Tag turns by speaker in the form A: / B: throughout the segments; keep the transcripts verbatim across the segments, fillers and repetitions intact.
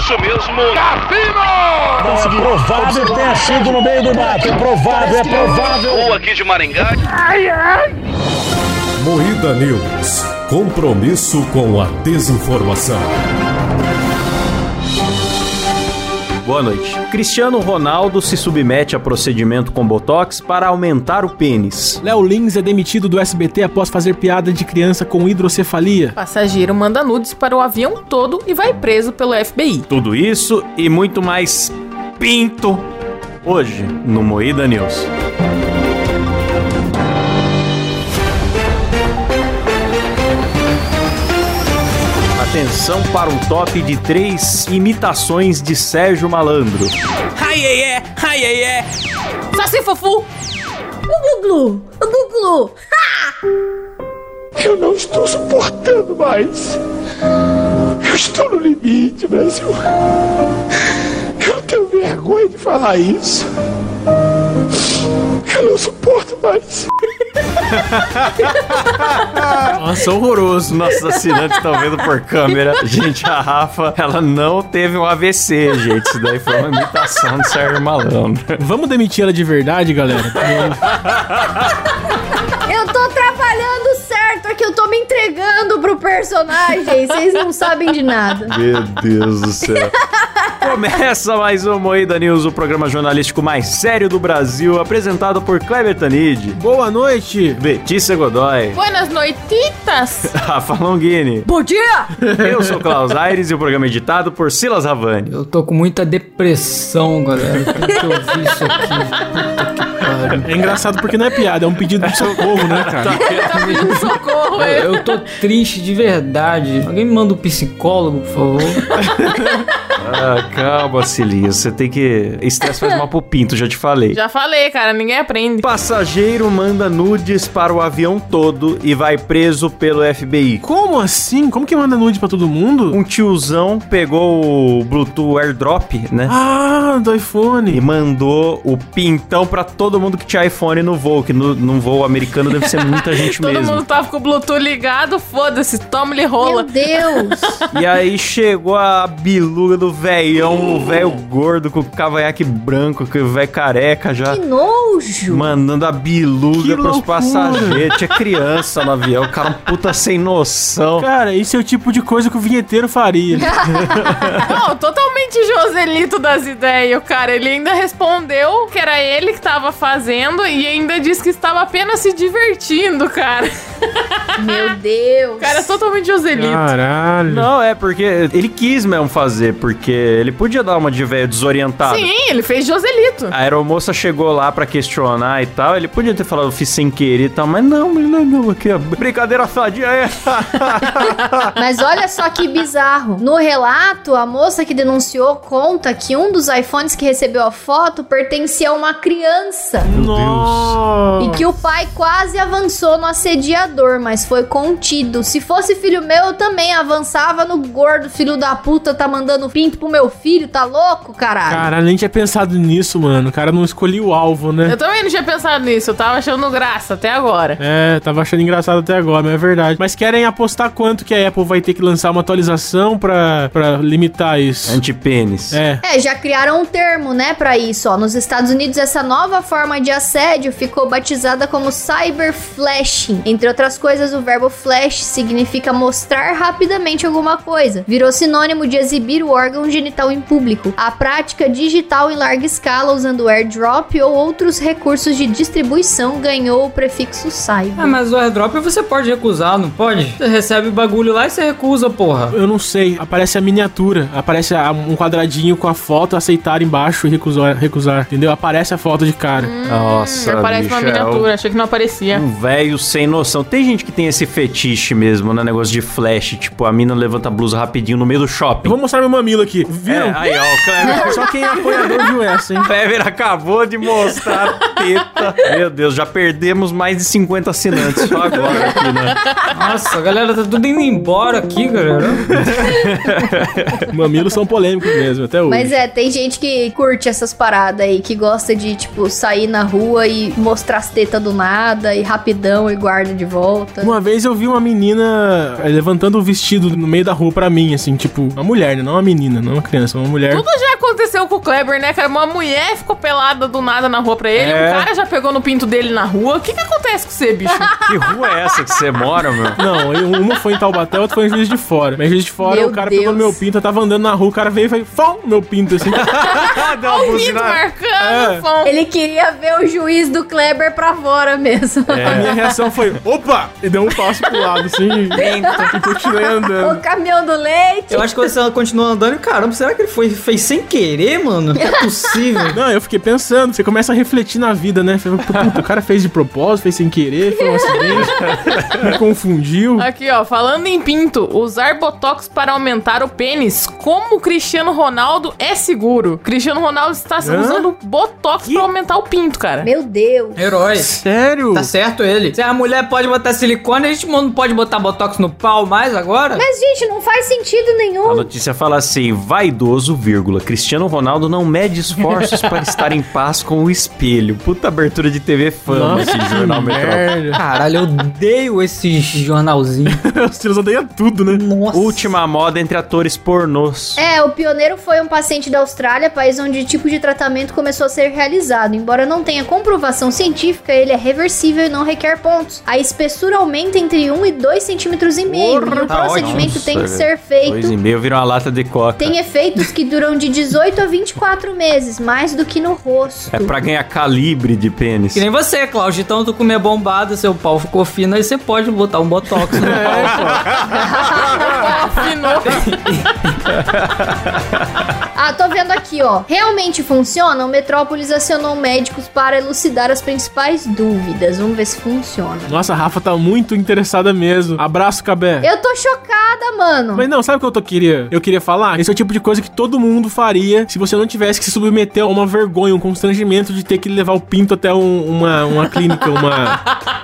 A: Isso mesmo, Cassino!
B: É provável que tenha sido no meio do mato. É provável, é provável.
A: Ou aqui de Maringá.
C: Ai, ai.
D: Moída News. Compromisso com a desinformação.
E: Boa noite. Cristiano Ronaldo se submete a procedimento com botox para aumentar o pênis.
F: Léo Lins é demitido do S B T após fazer piada de criança com hidrocefalia.
G: Passageiro manda nudes para o avião todo e vai preso pelo F B I.
E: Tudo isso e muito mais pinto hoje no Moída News. Atenção para um top de três imitações de Sérgio Malandro.
G: Ai, ai, ai, ai, ai, ai. Saci Fufu.
H: O Guglu, o Guglu. Ha!
C: Eu não estou suportando mais. Eu estou no limite, Brasil. Eu tenho vergonha de falar isso. Eu não suporto mais.
F: Nossa, horroroso.
E: Nossos assinantes estão vendo por câmera. Gente, a Rafa, ela não teve um A V C, gente. Isso daí foi uma imitação do Sérgio Malandro.
F: Vamos demitir ela de verdade, galera?
H: Eu tô trabalhando certo aqui, eu tô me entregando pro personagem. Vocês não sabem de nada.
E: Meu Deus do céu. Começa mais um Moída News, o programa jornalístico mais sério do Brasil, apresentado por Kleber Tanid.
F: Boa noite.
E: Letícia Godoy.
G: Buenas noititas.
E: Rafa Longini.
H: Bom dia.
E: Eu sou Klaus Aires e o programa é editado por Silas Havani.
I: Eu tô com muita depressão, galera. Tem que ouvir isso aqui. Puta que pariu.
F: É engraçado porque não é piada, é um pedido de socorro, né, cara?
G: Tá pedindo socorro,
I: Eu,
G: é.
I: eu tô triste de verdade. Alguém me manda um psicólogo, por favor.
E: Ah, calma, Silinho. Você tem que... Estresse faz mal pro pinto, já te falei.
G: Já falei, cara, ninguém aprende.
E: Passageiro manda nudes para o avião todo e vai preso pelo F B I.
F: Como assim? Como que manda nude pra todo mundo?
E: Um tiozão pegou o Bluetooth AirDrop, né?
F: Ah, do iPhone.
E: E mandou o pintão pra todo mundo que tinha iPhone no voo, que no, num voo americano deve ser muita gente
G: Todo
E: mesmo.
G: mundo tava com o Bluetooth ligado, foda-se, toma-lhe rola.
H: Meu Deus.
E: E aí chegou a biluga do velhão, o velho gordo com o cavanhaque branco, que o velho careca já.
H: Que nojo.
E: Mandando a biluga
F: Que
E: pros
F: loucura.
E: passageiros. Tinha criança no avião, o cara um puta sem noção.
F: Cara, esse é o tipo de coisa que o vinheteiro faria.
G: Não, totalmente Joselito das ideias, cara. Ele ainda respondeu que era ele que tava fazendo e ainda disse que estava apenas se divertindo, cara.
H: Meu Deus.
G: O cara é totalmente Joselito.
F: Caralho.
E: Não, é porque ele quis mesmo fazer, porque ele podia dar uma de velho desorientado.
G: Sim, ele fez Joselito.
E: A aeromoça chegou lá pra questionar e tal, ele podia ter falado, fiz sem querer e tal, mas não, não, não, aqui, ó, brincadeira sadia é.
H: Mas olha só que bizarro. No relato, a moça que denunciou conta que um dos iPhones que recebeu a foto pertencia a uma criança.
F: Nossa.
H: E que o pai quase avançou no assediador, mas foi contido. Se fosse filho meu, eu também avançava no gordo, filho da puta, tá mandando pinto pro meu filho, tá louco, caralho?
F: Caralho, nem tinha pensado nisso, mano. O cara não escolheu o alvo, né?
G: Eu também não tinha pensado nisso, eu tava achando graça até agora.
F: É, tava achando engraçado até agora, mas é verdade. Mas querem apostar quanto que a Apple vai ter que lançar uma atualização pra, pra limitar isso?
E: Antipênis.
F: É.
H: É, já criaram um termo, né, pra isso, ó. Nos Estados Unidos, essa nova forma de assédio ficou batizada como cyberflashing. Entre outras coisas, o verbo flash significa mostrar rapidamente alguma coisa. Virou sinônimo de exibir o órgão genital em público. A prática digital em larga escala, usando airdrop ou outros recursos de distribuição, ganhou o prefixo cyber.
I: Ah, mas o airdrop você pode recusar, não pode? Você recebe o bagulho lá e você recusa, porra.
F: Eu não sei, aparece a miniatura, aparece a- um quadradinho com a foto, aceitar embaixo e recusar, recusar, entendeu? Aparece a foto de cara.
G: Hum,
E: Nossa,
G: aparece uma
E: bicho, é
G: miniatura, achei que não aparecia.
E: Um velho sem noção. Tem gente que tem esse fetiche mesmo, né? Negócio de flash. Tipo, a mina levanta a blusa rapidinho no meio do shopping.
F: Eu vou mostrar meu mamilo aqui. Viram?
E: É, aí, ó, o Kleber,
F: Só quem é apoiador viu essa, hein?
E: Kleber acabou de mostrar teta. Meu Deus, já perdemos mais de cinquenta assinantes só agora aqui, né?
I: Nossa, a galera tá tudo indo embora aqui, galera.
F: Mamilos são polêmicos mesmo, até hoje.
H: Mas é, tem gente que curte essas paradas aí, que gosta de, tipo, sair na rua e mostrar as tetas do nada, e rapidão, e guarda de volta.
F: Uma vez eu vi uma menina levantando o vestido no meio da rua pra mim, assim, tipo, uma mulher, né? Não uma menina, não uma criança, uma mulher.
G: Tudo já aconteceu com o Kleber, né, cara? Uma mulher ficou pelada do nada na rua pra ele,
E: É.
G: um cara já pegou no pinto dele na rua. O que que acontece com você, bicho?
E: Que rua é essa que você mora, meu?
F: Não, eu- uma foi em Taubaté, outra foi em Juiz de Fora. Mas em Juiz de Fora,
H: Meu
F: o cara
H: Deus.
F: pegou no meu pinto, eu tava andando na rua, o cara veio e fez, fom, meu pinto, assim.
E: Deu uma
G: O pinto
E: buzinada.
G: marcando,
F: É.
G: fom.
H: Ele queria ver o juiz do Kleber pra fora mesmo.
F: A minha reação foi, opa! E deu um passo pro lado, assim, e continuei
H: O
F: andando.
H: caminhão do leite.
I: Eu acho que você continua andando e, caramba, será que ele foi, fez sem querer, mano? Não é possível.
F: Não, eu fiquei pensando, você começa a refletir na vida, né? Você fala, puta, o cara fez de propósito, fez sem querer, foi um acidente, me confundiu.
G: Aqui, ó, falando em pinto, usar botox para aumentar o pênis, como o Cristiano Ronaldo é seguro? Cristiano Ronaldo está
F: Hã?
G: usando botox pra aumentar o pinto, cara.
H: Meu Deus.
I: Herói.
F: Sério?
I: Tá certo ele. Se a mulher pode botar silicone, a gente não pode botar botox no pau mais agora?
H: Mas, gente, não faz sentido
E: A
H: nenhum.
E: notícia fala assim, vaidoso, vírgula, Cristiano Ronaldo não mede esforços para estar em paz com o espelho. Puta abertura de T V Fama, esse jornal Metrópole.
F: merda.
I: Caralho, eu odeio esse jornalzinho.
F: Os tiros odeiam tudo, né?
I: Nossa.
E: Última moda entre atores pornôs.
H: É, o pioneiro foi um paciente da Austrália, país onde o tipo de tratamento começou a ser realizado. Embora não tenha comprovação científica, ele é reversível e não requer pontos. A espessura aumenta entre um e dois centímetros e meio. E o
E: Tá
H: procedimento
E: ótimo.
H: tem que
E: Nossa,
H: ser
E: Dois
H: feito.
E: e meio vira uma lata de coca.
H: Tem efeitos que duram de dezoito a vinte e quatro meses, mais do que no rosto.
E: É pra ganhar calibre de pênis.
I: Que nem você, Cláudio. Então tu comer bombada, seu pau ficou fino, aí você pode botar um botox no pau.
G: Afinou.
H: Ah, tô vendo aqui, ó. Realmente funciona? O Metrópolis acionou médicos para elucidar as principais dúvidas. Vamos ver se funciona.
F: Nossa, a Rafa tá muito interessada mesmo. Abraço, Cabé.
H: Eu tô chocada, mano.
F: Mas não, sabe o que eu tô queria? Eu queria falar? Esse é o tipo de coisa que todo mundo faria se você não tivesse que se submeter a uma vergonha, um constrangimento de ter que levar o pinto até um- uma, uma clínica, uma,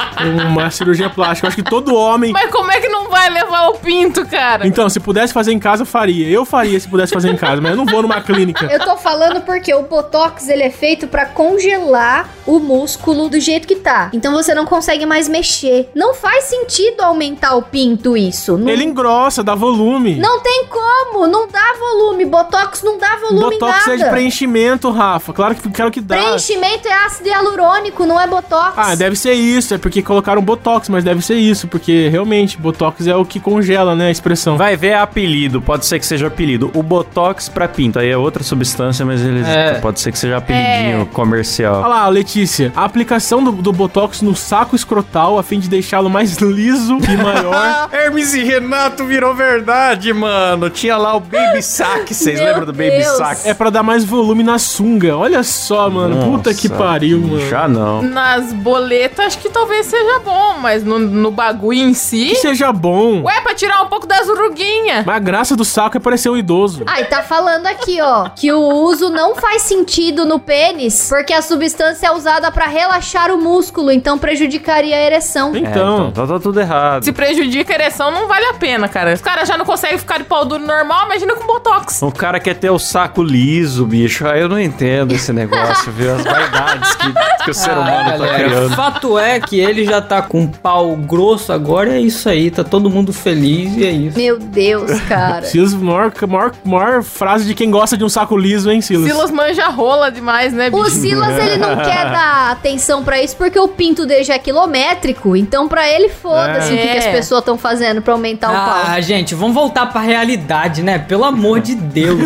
F: uma cirurgia plástica. Eu acho que todo homem...
G: Mas como é que não vai levar o pinto, cara?
F: Então, se pudesse fazer em casa, eu faria. Eu faria se pudesse fazer em casa, mas eu não vou numa clínica.
H: Eu tô falando porque o Botox, ele é feito pra congelar o músculo do jeito que tá. Então você não consegue mais mexer. Não faz sentido aumentar o pinto isso. Não,
F: Ele engrossa, dá volume.
H: não tem como. Não dá volume. Botox não dá volume em
F: Botox
H: nada.
F: é de preenchimento, Rafa. Claro que quero que dá.
H: Preenchimento é ácido hialurônico, não é Botox.
F: Ah, deve ser isso. É porque colocaram Botox, mas deve ser isso. Porque realmente, Botox é o que congela, né? A expressão.
E: Vai ver apelido, pode ser que seja apelido. O Botox pra pinto, aí é outra substância, mas eles
I: É.
E: pode ser que seja apelidinho
G: É.
E: comercial.
F: Olha lá, Letícia. A aplicação do, do Botox no saco escrotal a fim de deixá-lo mais liso e maior.
E: Hermes e Renato virou verdade, mano. Tinha lá o Baby Sack, vocês
H: Meu
E: lembram do Baby
H: Deus.
E: Sack?
F: É pra dar mais volume na sunga. Olha só, mano. Puta que
E: Nossa,
F: pariu, mano.
E: Já não.
G: Nas boletas, acho que talvez seja bom, mas no, no bagulho em si...
F: Que seja bom.
G: Ué, pra tirar um pouco das uruguinhas.
F: Mas a graça do saco é parecer um idoso.
H: Ai, tá falando aqui, ó, que o uso não faz sentido no pênis, porque a substância é usada pra relaxar o músculo, então prejudicaria a ereção.
E: É,
F: Então.
E: então, tá, tá tudo errado.
G: Se prejudica a ereção, não vale a pena, cara. Os caras já não conseguem ficar de pau duro normal, imagina com botox.
E: O cara quer ter o saco liso, bicho. Aí eu não entendo esse negócio, viu? As vaidades que, que o ser
I: Ah,
E: humano tá
I: galera,
E: criando.
I: fato é que ele já tá com um pau grosso agora, é isso aí, tá todo mundo feliz e é isso.
H: Meu Deus, cara.
F: Silas, maior, maior, maior frase de quem gosta de um saco liso, hein, Silas?
G: Silas manja rola demais, né, bicho?
H: O Silas, ele não quer dar atenção pra isso porque o pinto dele já é quilométrico, então pra ele foda-se
G: É.
H: o que, que as pessoas estão fazendo pra aumentar o pau.
I: Ah, gente, vamos voltar pra realidade, né? Pelo amor de Deus.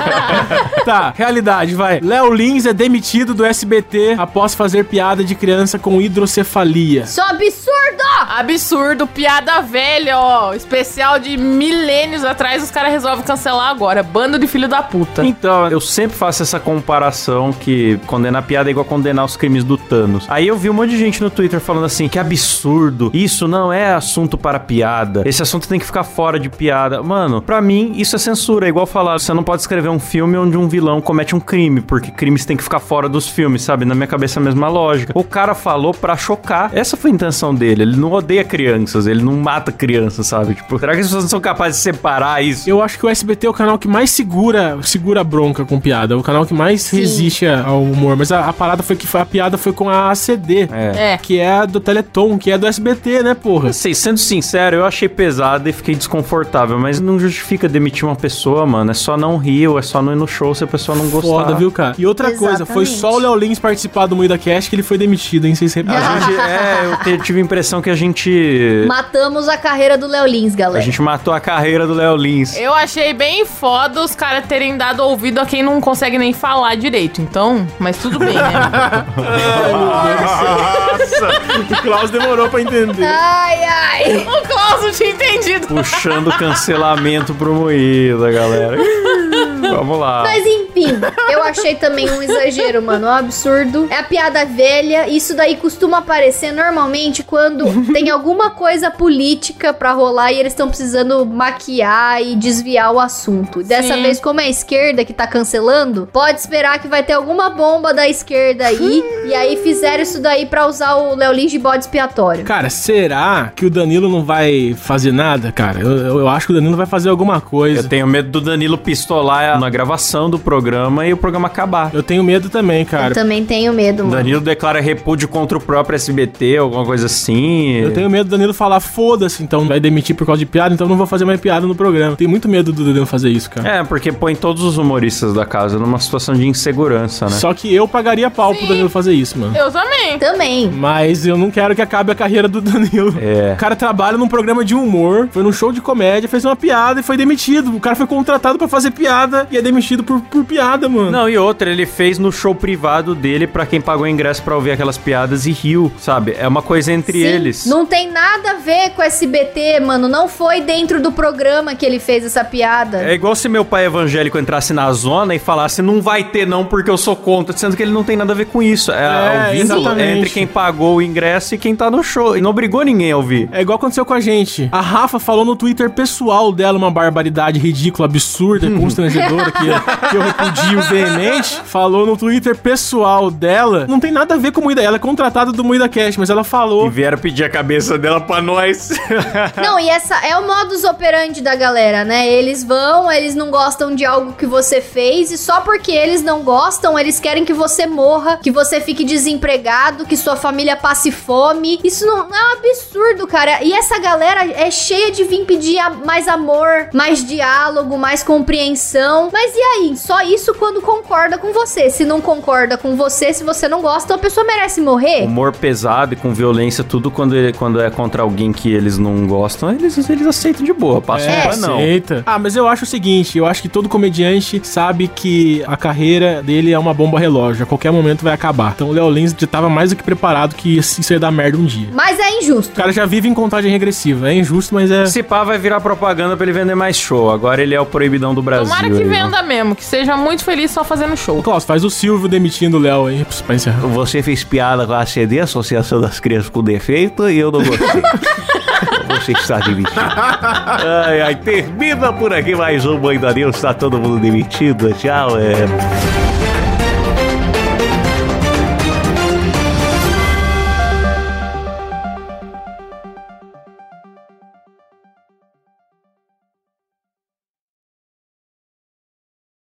F: Tá, realidade, vai. Léo Lins é demitido do S B T após fazer piada de criança com hidrocefalia.
H: Isso é um absurdo!
G: Absurdo, piada velha, ó. Especial de milênios atrás, os caras resolvem cancelar agora. Bando de filho da puta.
E: Então, eu sempre faço essa comparação que condenar piada é igual condenar os crimes do Thanos. Aí eu vi um monte de gente no Twitter falando assim, que absurdo, isso não é assunto para piada, esse assunto tem que ficar fora de piada. Mano, pra mim, isso é censura, é igual falar, você não pode escrever um filme onde um vilão comete um crime, porque crimes tem que ficar fora dos filmes, sabe? Na minha cabeça é a mesma lógica. O cara falou pra chocar, essa foi a intenção dele, ele não odeia crianças, ele não mata crianças, sabe? Tipo, será que as pessoas não são capazes de separar isso?
F: Eu acho que o S B T é o canal que mais segura, segura a bronca com piada, é o canal que mais Sim. resiste ao humor, mas a, a parada foi que a piada foi com a A C D,
E: é.
G: É.
F: que é a do Teleton, que é do S B T, né, porra?
E: Não sei, sendo sincero, eu achei pesado e fiquei desconfortável, mas não justifica demitir uma pessoa, mano, é só não rir, ou é só não ir no show se a pessoa não gostar.
F: Foda, viu, cara? E outra
H: Exatamente.
F: coisa, foi só o Léo Lins participar do Moída Cast que ele foi demitido, hein, vocês repararam?
E: A gente, é, eu te- tive a impressão que a gente...
H: Matamos a carreira do Léo Lins,
E: A
H: galera.
E: gente matou a carreira do Léo Lins.
G: Eu achei bem foda os caras terem dado ouvido a quem não consegue nem falar direito. Então, mas tudo bem, né?
F: O Klaus demorou pra entender.
H: Ai, ai.
G: O Klaus não tinha entendido.
E: Puxando cancelamento pro Moída, galera. Vamos lá.
H: Mas enfim, eu achei também um exagero, mano, um absurdo. É a piada velha, isso daí costuma aparecer normalmente quando tem alguma coisa política pra rolar e eles estão precisando maquiar e desviar o assunto. Dessa
G: Sim.
H: vez, como é a esquerda que tá cancelando, pode esperar que vai ter alguma bomba da esquerda aí, e aí fizeram isso daí pra usar o Léo Lins de bode expiatório.
F: Cara, será que o Danilo não vai fazer nada, cara? Eu, eu, eu acho que o Danilo vai fazer alguma coisa.
E: Eu tenho medo do Danilo pistolar na gravação do programa e o programa acabar.
F: Eu tenho medo também, cara.
H: Eu também tenho medo,
E: O
H: mano.
E: Danilo declara repúdio contra o próprio S B T, alguma coisa assim.
F: Eu tenho medo do Danilo falar, foda-se, então vai demitir por causa de piada, então não vou fazer mais piada no programa. Tenho muito medo do Danilo fazer isso, cara.
E: É, porque põe todos os humoristas da casa numa situação de insegurança, né?
F: Só que eu pagaria pau pro Danilo fazer isso, mano.
G: Eu também.
H: Também.
F: Mas eu não quero que acabe a carreira do Danilo.
E: É.
F: O cara trabalha num programa de humor, foi num show de comédia, fez uma piada e foi demitido. O cara foi contratado pra fazer piada e é demitido por, por piada, mano.
E: Não, e outra, ele fez no show privado dele pra quem pagou ingresso pra ouvir aquelas piadas e riu, sabe? É uma coisa entre
H: Sim,
E: eles.
H: não tem nada a ver com S B T, mano. Não foi dentro do programa que ele fez essa piada.
E: É igual se meu pai evangélico entrasse na zona e falasse, não vai ter não porque eu sou contra, sendo que ele não tem nada a ver com isso. É,
F: É,
E: o vínculo
F: exatamente.
E: entre quem pagou o ingresso e quem tá no show. E não obrigou ninguém a ouvir.
F: É igual aconteceu com a gente. A Rafa falou no Twitter pessoal dela uma barbaridade ridícula, absurda, constrangedora, que, que eu repudio veemente. Falou no Twitter pessoal dela. Não tem nada a ver com o Moída. Ela é contratada do Moída Cast, mas ela falou.
E: E vieram pedir a cabeça dela pra nós.
H: Não, e essa é o modus operandi da galera, né? Eles vão, eles não gostam de algo que você fez e só porque eles não gostam, eles querem que você morra, que você fique desempregado, que sua família passe fome. Isso não, não é um absurdo, cara. E essa galera é cheia de vir pedir a- mais amor, mais diálogo, mais compreensão. Mas e aí? Só isso quando concorda com você. Se não concorda com você, se você não gosta, a pessoa merece morrer.
E: Humor pesado e com violência, tudo quando, ele- quando é contra alguém que eles não gostam, eles, eles aceitam de boa, passam
F: É,
E: um panão.
F: aceita. Ah, mas eu acho o seguinte, eu acho que todo comediante sabe que a carreira dele é uma bomba relógio, a qualquer momento vai acabar. Então o Léo Lins já tava mais do que preparado que isso ia dar merda um dia.
H: Mas é injusto.
F: O cara já vive em contagem regressiva, é injusto, mas é...
E: Esse pá vai virar propaganda pra ele vender mais show. Agora ele é o proibidão do Brasil.
G: Tomara que
E: aí, né?
G: venda mesmo, que seja muito feliz só fazendo show.
F: Ô, Klaus, faz o Silvio demitindo o Léo aí pra encerrar.
E: Você fez piada com a A C D, Associação das Crianças com Defeito, e eu não gostei. Você está demitido. Ai, ai, termina por aqui mais um Moída News. Tá todo mundo demitido. Tchau. É...